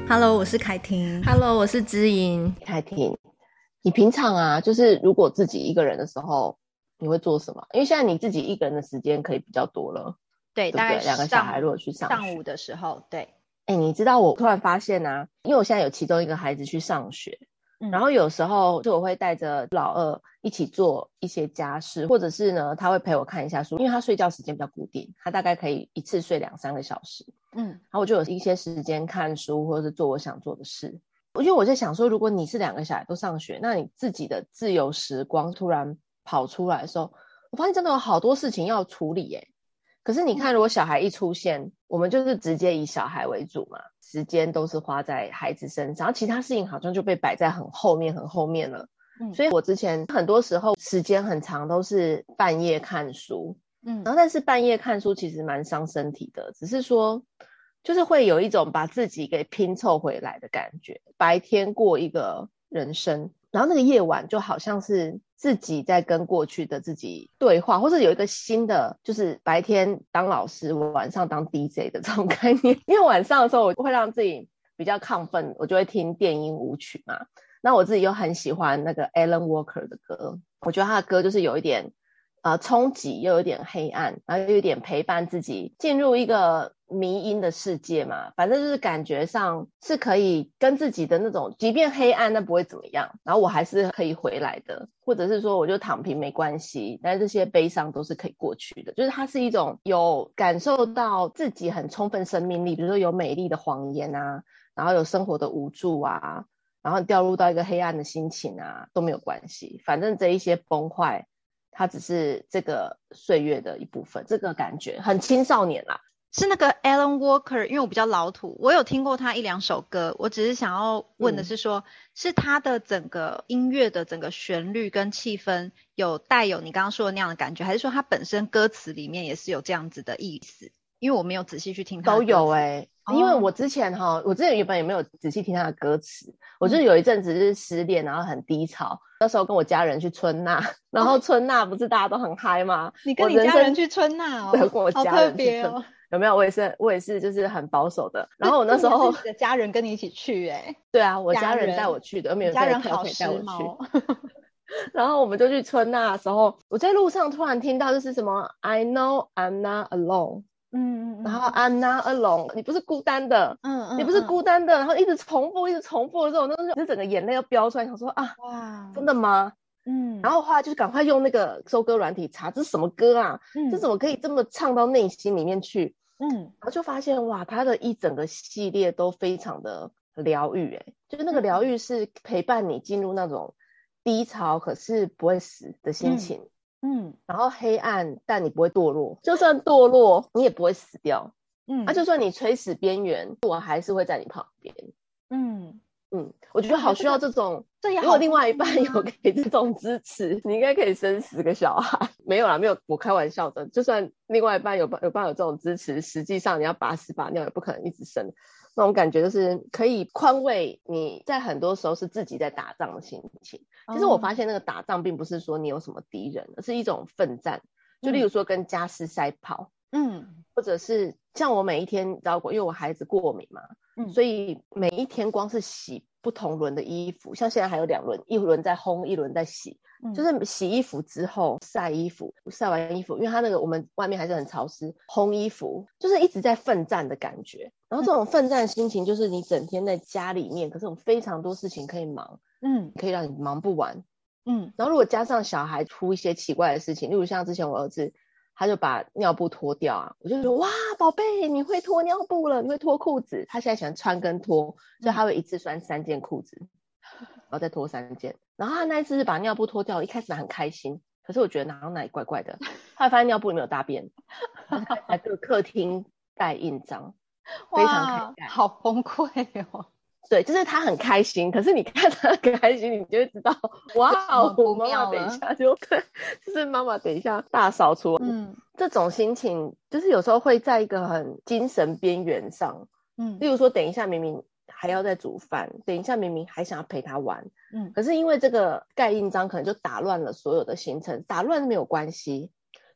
Hello，我是凯婷。 Hello，我是知音。 凯婷，你平常啊，就是如果自己一个人的时候，你会做什么？因为现在你自己一个人的时间可以比较多了， 对，大概对不对？两个小孩如果去上学， 午的时候，对。 你知道我突然发现啊，因为我现在有其中一个孩子去上学，然后有时候就我会带着老二一起做一些家事，或者是呢，他会陪我看一下书，因为他睡觉时间比较固定，他大概可以一次睡2-3个小时，然后我就有一些时间看书或者是做我想做的事。因为我在想说，如果你是2个小孩都上学，那你自己的自由时光突然跑出来的时候，我发现真的有好多事情要处理耶。可是你看，如果小孩一出现，我们就是直接以小孩为主嘛，时间都是花在孩子身上，然后其他事情好像就被摆在很后面很后面了。所以我之前很多时候时间很长都是半夜看书，然后但是半夜看书其实蛮伤身体的，只是说就是会有一种把自己给拼凑回来的感觉，白天过一个人生，然后那个夜晚就好像是自己在跟过去的自己对话，或者有一个新的，就是白天当老师，晚上当 DJ 的这种概念。因为晚上的时候我会让自己比较亢奋，我就会听电音舞曲嘛。那我自己又很喜欢那个 Alan Walker 的歌，我觉得他的歌就是有一点冲击，又有点黑暗，然后又有点陪伴自己进入一个迷因的世界嘛，反正就是感觉上是可以跟自己的那种，即便黑暗那不会怎么样，然后我还是可以回来的，或者是说我就躺平没关系，但是这些悲伤都是可以过去的，就是它是一种有感受到自己很充分生命力，比如说有美丽的谎言啊，然后有生活的无助啊，然后掉入到一个黑暗的心情啊，都没有关系，反正这一些崩坏它只是这个岁月的一部分，这个感觉很青少年啦。 是那个 Alan Walker， 因为我比较老土，我有听过他1-2首歌，我只是想要问的是说，是他的整个音乐的整个旋律跟气氛有带有你刚刚说的那样的感觉，还是说他本身歌词里面也是有这样子的意思？因为我没有仔细去听他的歌词。 都有因为我之前原本也没有仔细听他的歌词，我就是有一阵子就是失恋，然后很低潮，那时候跟我家人去春娜，然后春娜不是大家都很嗨吗？ 你跟你家人去春娜哦， 对，跟我家人去春好特别哦。 有没有？我也是就是很保守的，然后我那时候你的家人跟你一起去对啊，我家人带我去的，没有家人票好时可以带我去髦。 然后我们就去春娜的时候，我在路上突然听到就是什么 I know I'm not alone，然后 I'm not alone， 你不是孤单的，你不是孤单的，然后一直重复的时候，那就整个眼泪要飙出来，想说啊，哇，真的吗？然后后来就赶快用那个搜歌软体查这是什么歌啊，这怎么可以这么唱到内心里面去？然后就发现哇，他的一整个系列都非常的疗愈，就是那个疗愈是陪伴你进入那种低潮可是不会死的心情，然后黑暗但你不会堕落，就算堕落你也不会死掉，就算你垂死边缘，我还是会在你旁边。我觉得好需要这种，如果另外一半有给这种支持，你应该可以生10个小孩。没有啦，没有，我开玩笑的。就算另外一半有这种支持，实际上你要把屎把尿也不可能一直生。那种感觉就是可以宽慰你在很多时候是自己在打仗的心情。其实我发现那个打仗并不是说你有什么敌人，而是一种奋战。就例如说跟家事赛跑，或者是像我每一天因为我孩子过敏嘛，所以每一天光是洗不同轮的衣服，像现在还有2轮，一轮在烘，一轮在洗，就是洗衣服之后晒衣服，晒完衣服，因为它那个我们外面还是很潮湿，烘衣服就是一直在奋战的感觉。然后这种奋战心情就是你整天在家里面，可是有非常多事情可以忙，可以让你忙不完。然后如果加上小孩出一些奇怪的事情，例如像之前我儿子他就把尿布脱掉啊，我就说哇宝贝你会脱尿布了，你会脱裤子。他现在喜欢穿跟脱，所以他会一次穿3件裤子，然后再脱3件。然后他那一次是把尿布脱掉，一开始很开心，可是我觉得哪里怪怪的，后来发现尿布里面有大便，然后他在这个客厅盖印章，非常开盖， 好崩溃哦。 对，就是他很开心，可是你看他很开心，你就会知道，哇，妈妈等一下就是妈妈等一下大扫除。这种心情就是有时候会在一个很精神边缘上，例如说等一下明明还要再煮饭，等一下明明还想要陪他玩，可是因为这个盖印章可能就打乱了所有的行程，打乱没有关系，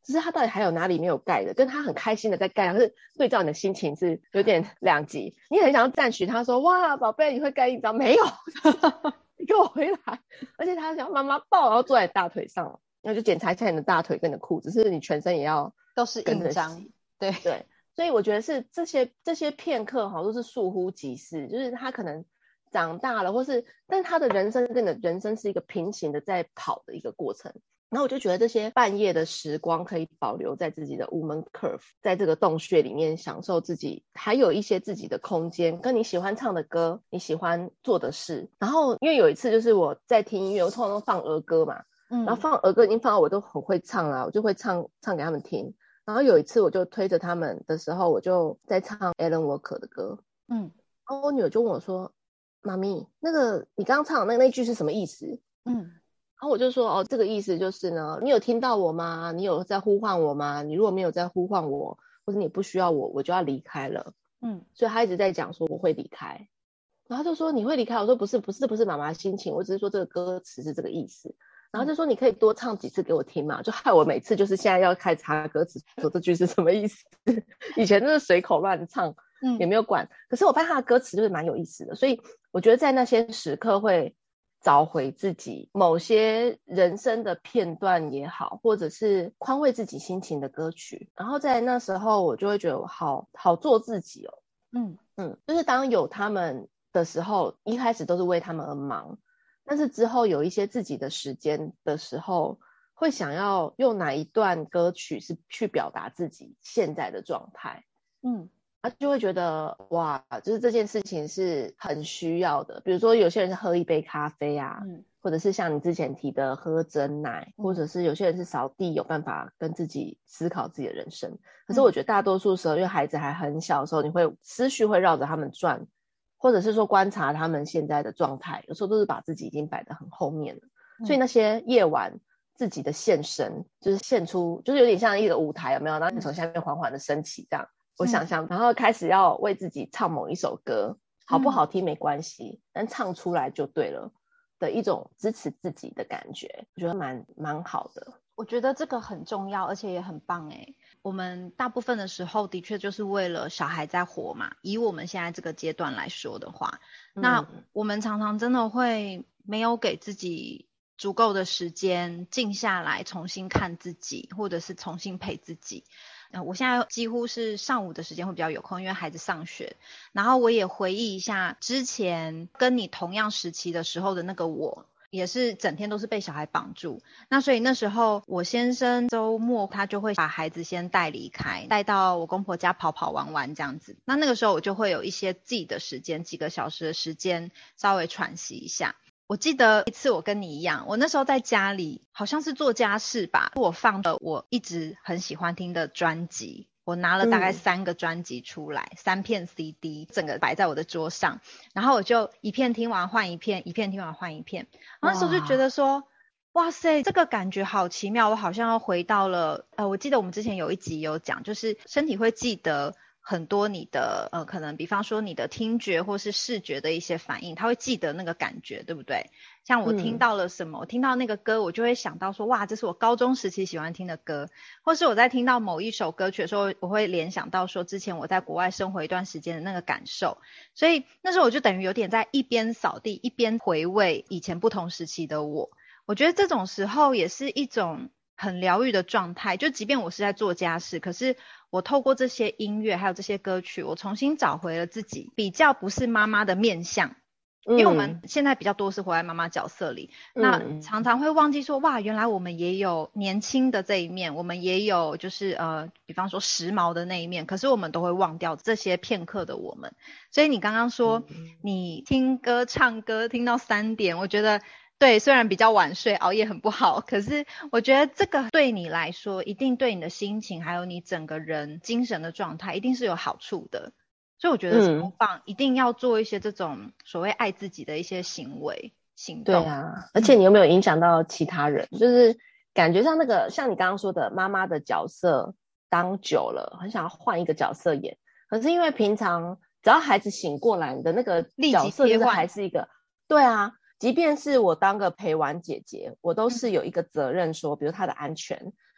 只是他到底还有哪里没有盖的，跟他很开心的在盖，可是对照你的心情是有点两极。你很想要赞许他说，哇宝贝你会盖印章，没有你给我回来。而且他想妈妈抱，然后坐在大腿上，然后就检查一下你的大腿跟你的裤子，是你全身也要都是印章。对对，所以我觉得是这些片刻都是倏忽即逝，就是他可能长大了，但是他的人生跟你的人生是一个平行的在跑的一个过程。然后我就觉得这些半夜的时光可以保留在自己的 woman curve， 在这个洞穴里面享受自己，还有一些自己的空间，跟你喜欢唱的歌，你喜欢做的事。然后因为有一次就是我在听音乐，我通常都放儿歌嘛，然后放儿歌已经放到我都很会唱了，我就会唱给他们听。然后有一次我就推着他们的时候，我就在唱 Alan Walker 的歌，然后我女儿就问我说，妈咪那个你刚刚唱的那句是什么意思？然后我就说这个意思就是呢，你有听到我吗？你有在呼唤我吗？你如果没有在呼唤我，或者你不需要我，我就要离开了。所以他一直在讲说我会离开，然后就说你会离开，我说不是妈妈的心情，我只是说这个歌词是这个意思。然后就说你可以多唱几次给我听嘛，就害我每次就是现在要开始查歌词，说这句是什么意思。以前就是随口乱唱，也没有管。可是我发现他的歌词就是蛮有意思的，所以我觉得在那些时刻会找回自己某些人生的片段也好，或者是宽慰自己心情的歌曲。然后在那时候我就会觉得好做自己哦。就是当有他们的时候，一开始都是为他们而忙，但是之后有一些自己的时间的时候，会想要用哪一段歌曲是去表达自己现在的状态。他就会觉得哇，就是这件事情是很需要的。比如说有些人是喝一杯咖啡啊，或者是像你之前提的喝珍奶，或者是有些人是扫地，有办法跟自己思考自己的人生。可是我觉得大多数时候，因为孩子还很小的时候，你会思绪会绕着他们转，或者是说观察他们现在的状态，有时候都是把自己已经摆得很后面了。所以那些夜晚自己的现身，就是现出，就是有点像一个舞台，有没有？然后你从下面缓缓的升起这样。我想象，然后开始要为自己唱某一首歌，好不好听没关系，但唱出来就对了的一种支持自己的感觉，我觉得蛮好的。 我觉得这个很重要，而且也很棒欸。我们大部分的时候的确就是为了小孩在活嘛，以我们现在这个阶段来说的话，那我们常常真的会没有给自己足够的时间静下来重新看自己，或者是重新陪自己。我现在几乎是上午的时间会比较有空，因为孩子上学，然后我也回忆一下之前跟你同样时期的时候的那个我，也是整天都是被小孩绑住。那所以那时候我先生周末他就会把孩子先带离开，带到我公婆家跑跑玩玩这样子。那个时候我就会有一些自己的时间，几个小时的时间稍微喘息一下。我记得一次我跟你一样，我那时候在家里好像是做家事吧，我放了我一直很喜欢听的专辑，我拿了大概3个专辑出来，3片 CD 整个摆在我的桌上，然后我就一片听完换一片，一片听完换一片。然后那时候就觉得说哇塞，这个感觉好奇妙，我好像要回到了我记得我们之前有一集有讲，就是身体会记得很多你的可能比方说你的听觉或是视觉的一些反应，他会记得那个感觉，对不对？像我听到了什么，我听到那个歌，我就会想到说哇，这是我高中时期喜欢听的歌，或是我在听到某一首歌曲的时候，我会联想到说之前我在国外生活一段时间的那个感受。所以那时候我就等于有点在一边扫地一边回味以前不同时期的我觉得这种时候也是一种很疗愈的状态，就即便我是在做家事，可是我透过这些音乐还有这些歌曲，我重新找回了自己，比较不是妈妈的面向。因为我们现在比较多是活在妈妈角色里，那常常会忘记说哇，原来我们也有年轻的这一面，我们也有就是比方说时髦的那一面，可是我们都会忘掉这些片刻的我们。所以你刚刚说你听歌唱歌听到3点，我觉得对，虽然比较晚睡，熬夜很不好，可是我觉得这个对你来说一定对你的心情还有你整个人精神的状态一定是有好处的。所以我觉得超棒，一定要做一些这种所谓爱自己的一些行为行动。 对啊，而且你有没有影响到其他人？就是感觉上那个像你刚刚说的妈妈的角色当久了，很想要换一个角色演，可是因为平常只要孩子醒过来，你的那个角色就是还是一个，对啊，即便是我当个陪玩姐姐，我都是有一个责任说比如他的安全，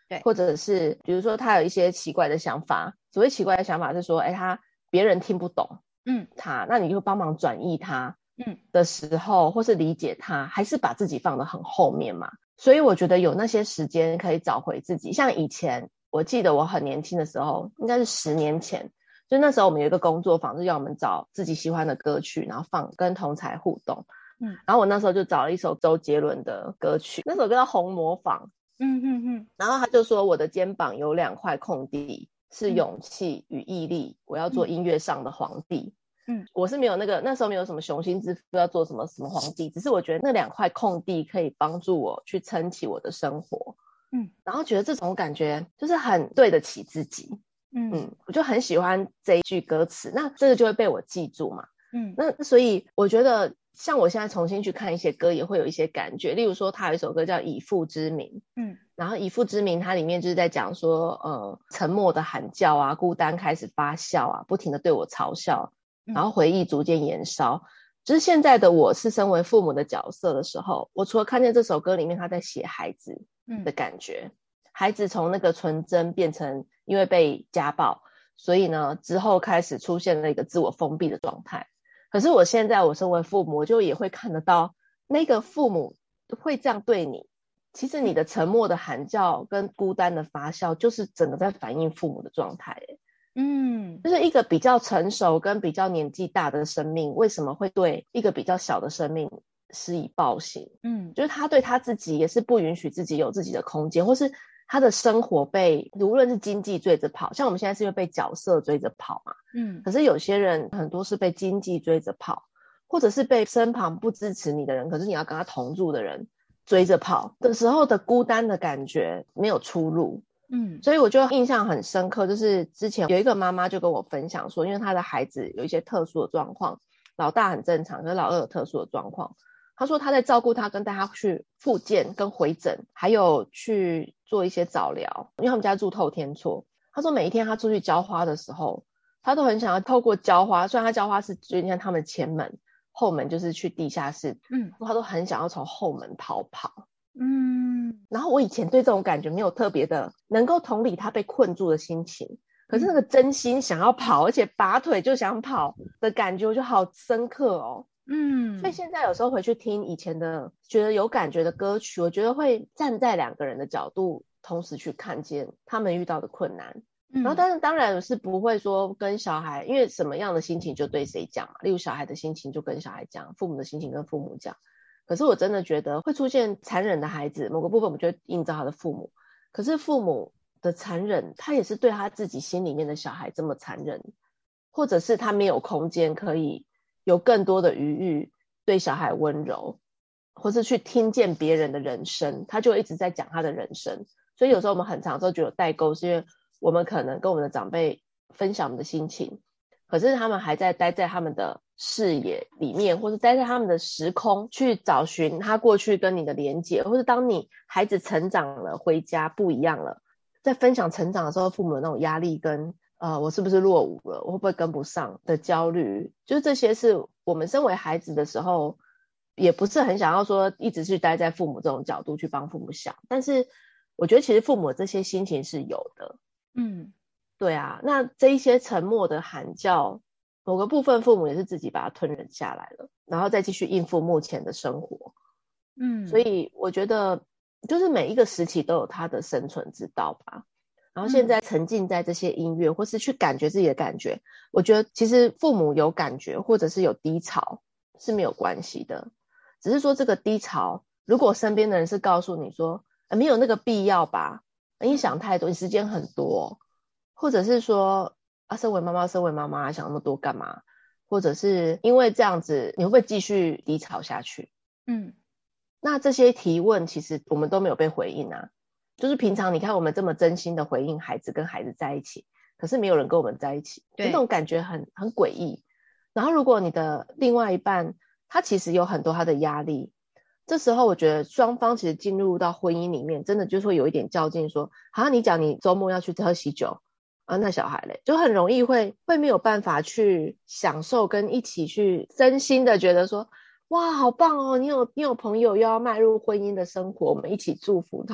对， 或者是比如说他有一些奇怪的想法，所谓奇怪的想法是说他别人听不懂那你就帮忙转译他的时候，或是理解他，还是把自己放得很后面嘛。所以我觉得有那些时间可以找回自己。像以前我记得我很年轻的时候，应该是10年前，就那时候我们有一个工作坊，就要我们找自己喜欢的歌曲，然后跟同侪互动。然后我那时候就找了一首周杰伦的歌曲，那首歌叫《红模仿》。然后他就说我的肩膀有2块空地，是勇气与毅力，我要做音乐上的皇帝。我是没有那时候没有什么雄心之父要做什么皇帝，只是我觉得那2块空地可以帮助我去撑起我的生活。然后觉得这种感觉就是很对得起自己。我就很喜欢这一句歌词，那这个就会被我记住嘛。那所以我觉得像我现在重新去看一些歌也会有一些感觉，例如说他有一首歌叫以父之名。然后以父之名它里面就是在讲说沉默的喊叫啊，孤单开始发酵啊，不停的对我嘲笑，然后回忆逐渐延烧。就是现在的我是身为父母的角色的时候，我除了看见这首歌里面他在写孩子的感觉，孩子从那个纯真变成因为被家暴，所以呢之后开始出现了一个自我封闭的状态。可是我现在我身为父母，我就也会看得到那个父母会这样对你，其实你的沉默的喊叫跟孤单的发酵就是整个在反映父母的状态。就是一个比较成熟跟比较年纪大的生命为什么会对一个比较小的生命施以暴行。就是他对他自己也是不允许自己有自己的空间，或是他的生活被无论是经济追着跑，像我们现在是因为被角色追着跑嘛。可是有些人很多是被经济追着跑，或者是被身旁不支持你的人，可是你要跟他同住的人追着跑的时候的孤单的感觉没有出路。所以我就印象很深刻，就是之前有一个妈妈就跟我分享说，因为她的孩子有一些特殊的状况，老大很正常，可是老二有特殊的状况。她说她在照顾他跟带他去复健跟回诊，还有去做一些早疗，因为他们家住透天厝。她说每一天她出去浇花的时候，她都很想要透过浇花，虽然她浇花是就像他们前门，后门就是去地下室，她都很想要从后门逃跑。然后我以前对这种感觉没有特别的能够同理他被困住的心情，可是那个真心想要跑，而且拔腿就想跑的感觉我就好深刻哦。所以现在有时候回去听以前的觉得有感觉的歌曲，我觉得会站在2个人的角度同时去看见他们遇到的困难。然后但是当然是不会说跟小孩，因为什么样的心情就对谁讲嘛，例如小孩的心情就跟小孩讲，父母的心情跟父母讲。可是我真的觉得会出现残忍的孩子，某个部分我们就会映照他的父母，可是父母的残忍他也是对他自己心里面的小孩这么残忍，或者是他没有空间可以有更多的余裕对小孩温柔，或是去听见别人的人生，他就一直在讲他的人生。所以有时候我们很常都觉得有代沟，是因为我们可能跟我们的长辈分享我们的心情，可是他们还在待在他们的视野里面，或是待在他们的时空去找寻他过去跟你的连结，或是当你孩子成长了回家不一样了，在分享成长的时候，父母有那种压力跟我是不是落伍了，我会不会跟不上的焦虑，就是这些是我们身为孩子的时候也不是很想要说一直去待在父母这种角度去帮父母想，但是我觉得其实父母这些心情是有的。对啊，那这一些沉默的喊叫，某个部分父母也是自己把它吞忍下来了，然后再继续应付目前的生活。所以我觉得就是每一个时期都有它的生存之道吧。然后现在沉浸在这些音乐，或是去感觉自己的感觉，我觉得其实父母有感觉或者是有低潮是没有关系的，只是说这个低潮如果身边的人是告诉你说没有那个必要吧，你想太多，你时间很多，或者是说身为妈妈想那么多干嘛，或者是因为这样子你会不会继续低潮下去。那这些提问其实我们都没有被回应啊，就是平常你看我们这么真心的回应孩子跟孩子在一起，可是没有人跟我们在一起，那种感觉很诡异。然后如果你的另外一半他其实有很多他的压力，这时候我觉得双方其实进入到婚姻里面真的就是会有一点较劲，说好你讲你周末要去喝喜酒那小孩嘞就很容易会没有办法去享受跟一起去真心的觉得说哇好棒哦，你有朋友又要迈入婚姻的生活，我们一起祝福他。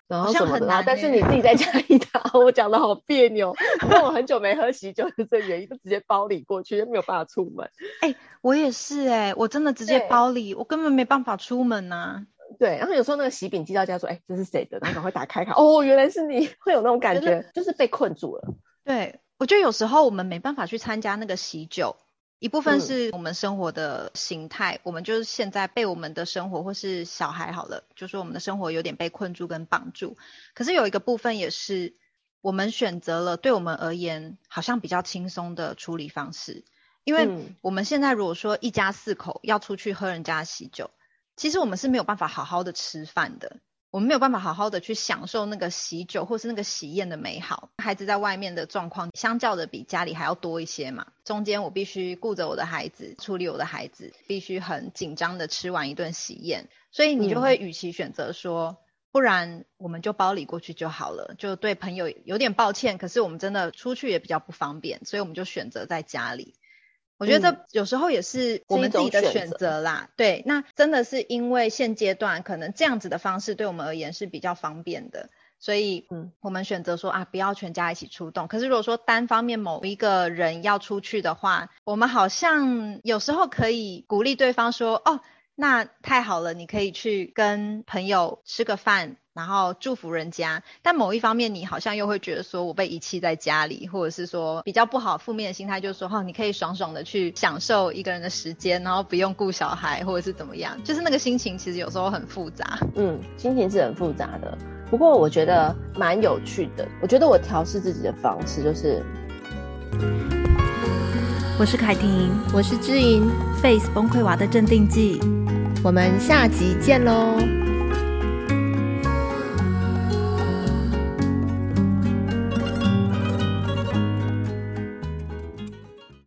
然后什么的，但是你自己在家里打，我讲的好别扭。因为我很久没喝喜酒，是这原因，就直接包礼过去，没有办法出门。 我也是我真的直接包礼，我根本没办法出门啊。 对，然后有时候那个喜饼寄到家说，这是谁的？然后赶快打开看，哦，原来是你，会有那种感觉，就是被困住了。 对，我觉得有时候我们没办法去参加那个喜酒，一部分是我们生活的形态，我们就是现在被我们的生活或是小孩好了，就说我们的生活有点被困住跟绑住。可是有一个部分也是我们选择了对我们而言好像比较轻松的处理方式。因为我们现在如果说一家4口要出去喝人家的喜酒，其实我们是没有办法好好的吃饭的，我们没有办法好好的去享受那个喜酒或是那个喜宴的美好。孩子在外面的状况相较的比家里还要多一些嘛，中间我必须顾着我的孩子，处理我的孩子，必须很紧张的吃完一顿喜宴，所以你就会与其选择说不然我们就包礼过去就好了，就对朋友有点抱歉，可是我们真的出去也比较不方便，所以我们就选择在家里。我觉得这有时候也是我们自己的选择啦。对，那真的是因为现阶段可能这样子的方式对我们而言是比较方便的，所以我们选择说不要全家一起出动。可是如果说单方面某一个人要出去的话，我们好像有时候可以鼓励对方说那太好了，你可以去跟朋友吃个饭，然后祝福人家。但某一方面你好像又会觉得说我被遗弃在家里，或者是说比较不好负面的心态，就是说你可以爽爽的去享受一个人的时间，然后不用顾小孩或者是怎么样，就是那个心情其实有时候很复杂。 心情是很复杂的，不过我觉得蛮有趣的。我觉得我调试自己的方式就是我是凯婷， 我是知莹， Face 崩溃娃的镇定剂， 我们下集见咯。